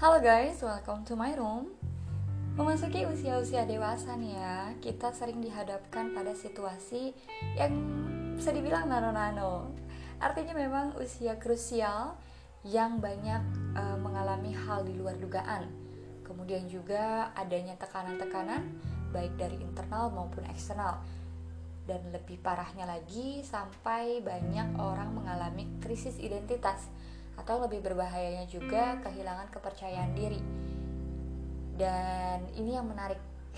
Halo guys, welcome to my room. Memasuki usia-usia dewasa nih ya, kita sering dihadapkan pada situasi yang bisa dibilang nano-nano. Artinya memang usia krusial yang banyak mengalami hal di luar dugaan. Kemudian juga adanya tekanan-tekanan baik dari internal maupun eksternal. Dan lebih parahnya lagi, sampai banyak orang mengalami krisis identitas, atau lebih berbahayanya juga kehilangan kepercayaan diri. Dan ini yang menarik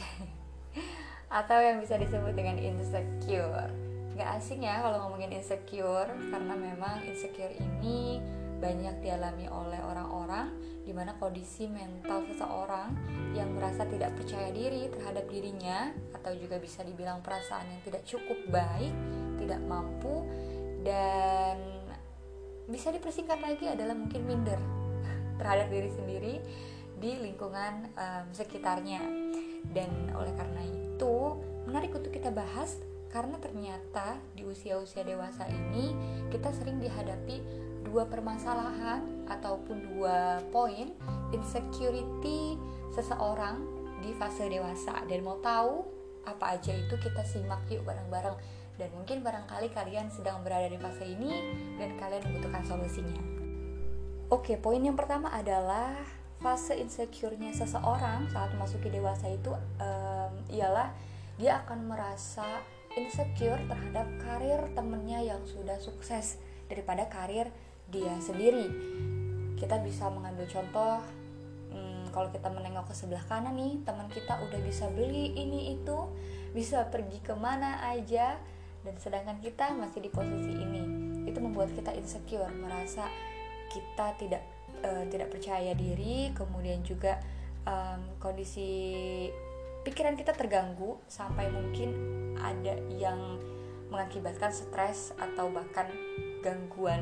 atau yang bisa disebut dengan insecure. Gak asing ya kalau ngomongin insecure, karena memang insecure ini banyak dialami oleh orang-orang di mana kondisi mental seseorang yang merasa tidak percaya diri terhadap dirinya, atau juga bisa dibilang perasaan yang tidak cukup baik, tidak mampu, dan bisa dipersingkat lagi adalah mungkin minder terhadap diri sendiri di lingkungan sekitarnya. Dan oleh karena itu menarik untuk kita bahas, karena ternyata di usia-usia dewasa ini kita sering dihadapi dua permasalahan ataupun dua poin insecurity seseorang di fase dewasa. Dan mau tahu apa aja itu, kita simak yuk bareng-bareng. Dan mungkin barangkali kalian sedang berada di fase ini dan kalian membutuhkan solusinya. Oke, poin yang pertama adalah fase insecure-nya seseorang saat memasuki dewasa itu ialah dia akan merasa insecure terhadap karir temennya yang sudah sukses daripada karir dia sendiri. Kita bisa mengambil contoh, kalau kita menengok ke sebelah kanan nih, teman kita udah bisa beli ini itu, bisa pergi kemana aja, dan sedangkan kita masih di posisi ini. Itu membuat kita insecure, merasa kita tidak percaya diri, kemudian juga kondisi pikiran kita terganggu, sampai mungkin ada yang mengakibatkan stres atau bahkan gangguan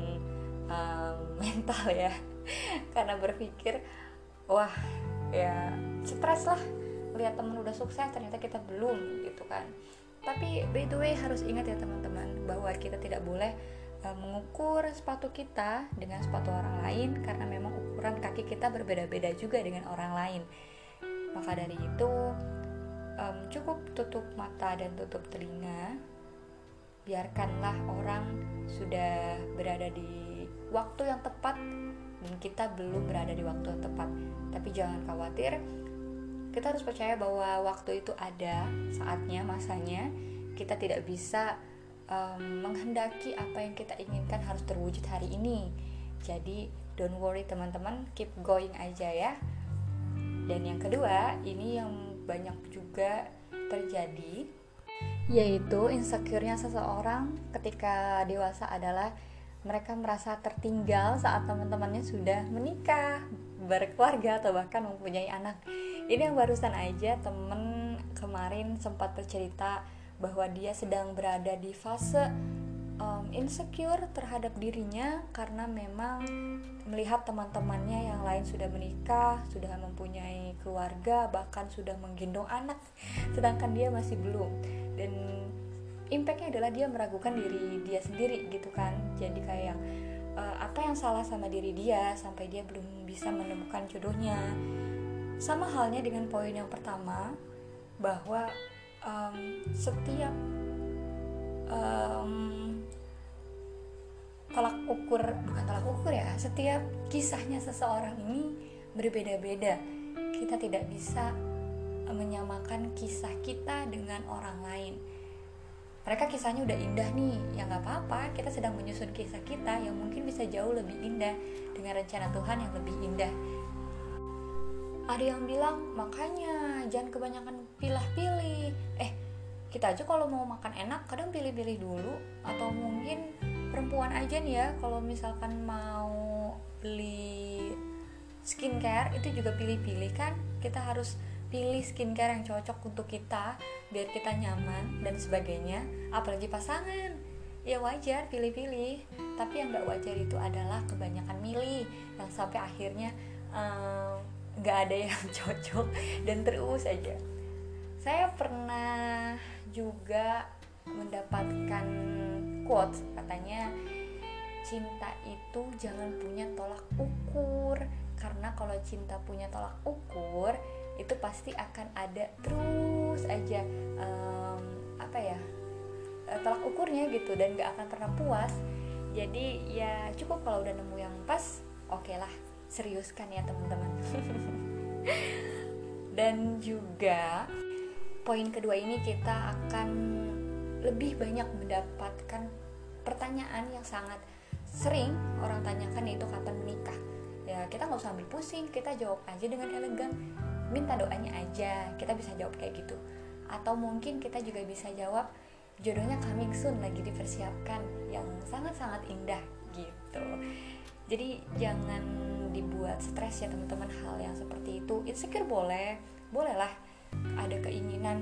mental ya, karena berpikir wah ya stres lah lihat teman udah sukses ternyata kita belum gitu kan. Tapi by the way harus ingat ya teman-teman, bahwa kita tidak boleh mengukur sepatu kita dengan sepatu orang lain, karena memang ukuran kaki kita berbeda-beda juga dengan orang lain. Maka dari itu cukup tutup mata dan tutup telinga, biarkanlah orang sudah berada di waktu yang tepat dan kita belum berada di waktu yang tepat. Tapi jangan khawatir, kita harus percaya bahwa waktu itu ada saatnya, masanya. Kita tidak bisa menghendaki apa yang kita inginkan harus terwujud hari ini. Jadi don't worry teman-teman, keep going aja ya. Dan yang kedua, ini yang banyak juga terjadi, yaitu insecure-nya seseorang ketika dewasa adalah mereka merasa tertinggal saat teman-temannya sudah menikah, berkeluarga, atau bahkan mempunyai anak. Ini yang barusan aja temen kemarin sempat bercerita bahwa dia sedang berada di fase insecure terhadap dirinya, karena memang melihat teman-temannya yang lain sudah menikah, sudah mempunyai keluarga, bahkan sudah menggendong anak, sedangkan dia masih belum. Dan impactnya adalah dia meragukan diri dia sendiri gitu kan. Jadi kayak apa yang salah sama diri dia sampai dia belum bisa menemukan jodohnya. Sama halnya dengan poin yang pertama, bahwa setiap setiap kisahnya seseorang ini berbeda-beda. Kita tidak bisa menyamakan kisah kita dengan orang lain. Mereka kisahnya udah indah nih, ya gak apa-apa, kita sedang menyusun kisah kita yang mungkin bisa jauh lebih indah dengan rencana Tuhan yang lebih indah. Ada yang bilang, makanya jangan kebanyakan pilih-pilih. Kita aja kalau mau makan enak kadang pilih-pilih dulu. Atau mungkin perempuan aja nih ya, kalau misalkan mau beli skincare itu juga pilih-pilih kan. Kita harus pilih skincare yang cocok untuk kita biar kita nyaman dan sebagainya. Apalagi pasangan, ya wajar pilih-pilih. Tapi yang gak wajar itu adalah kebanyakan milih, yang sampai akhirnya gak ada yang cocok dan terus aja. Saya pernah juga mendapatkan quotes, katanya cinta itu jangan punya tolak ukur, Karena kalau cinta punya tolak ukur, itu pasti akan ada terus aja tolak ukurnya gitu, dan gak akan pernah puas. Jadi ya cukup kalau udah nemu yang pas, oke lah, seriuskan ya teman-teman. Dan juga poin kedua ini kita akan lebih banyak mendapatkan pertanyaan yang sangat sering orang tanyakan, yaitu kapan menikah. Ya kita gak usah ambil pusing, kita jawab aja dengan elegan, minta doanya aja, kita bisa jawab kayak gitu. Atau mungkin kita juga bisa jawab, jodohnya coming soon, lagi dipersiapkan, yang sangat-sangat indah gitu. Jadi jangan dibuat stres ya teman-teman hal yang seperti itu. Insecure bolehlah ada keinginan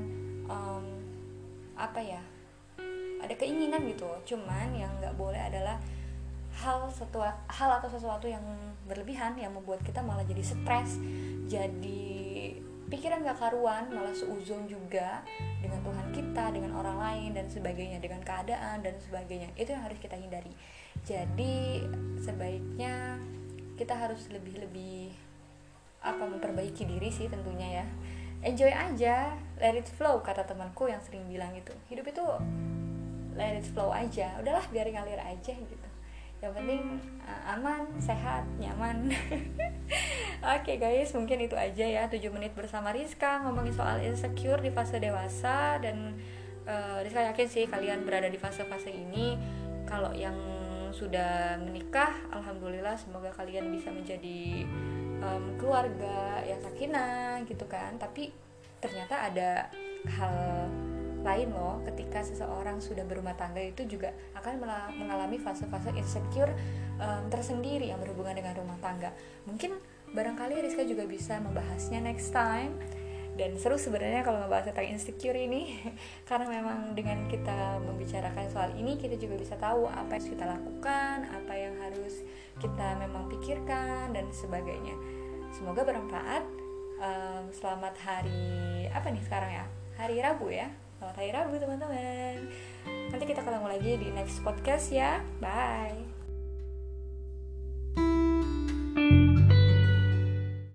ada keinginan gitu. Cuman yang nggak boleh adalah hal atau sesuatu yang berlebihan yang membuat kita malah jadi stres, jadi pikiran gak karuan, malah seuzon juga dengan Tuhan kita, dengan orang lain dan sebagainya, dengan keadaan dan sebagainya. Itu yang harus kita hindari. Jadi sebaiknya kita harus lebih memperbaiki diri sih tentunya ya. Enjoy aja, let it flow, kata temanku yang sering bilang gitu. Hidup itu let it flow aja, udahlah biar ngalir aja gitu. Yang penting aman, sehat, nyaman. Oke guys, mungkin itu aja ya 7 menit bersama Rizka ngomongin soal insecure di fase dewasa. Dan Rizka yakin sih kalian berada di fase-fase ini. Kalau yang sudah menikah, alhamdulillah, semoga kalian bisa menjadi keluarga yang sakinah gitu kan. Tapi ternyata ada hal lain loh, ketika seseorang sudah berumah tangga itu juga akan mengalami fase-fase insecure tersendiri yang berhubungan dengan rumah tangga. Mungkin barangkali Rizka juga bisa membahasnya next time. Dan seru sebenarnya kalau membahas tentang insecure ini karena memang dengan kita membicarakan soal ini, kita juga bisa tahu apa yang harus kita lakukan, apa yang harus kita memang pikirkan dan sebagainya. Semoga bermanfaat. Selamat hari sekarang ya? Hari Rabu ya. Selamat hari Rabu teman-teman. Nanti kita ketemu lagi di next podcast ya. Bye.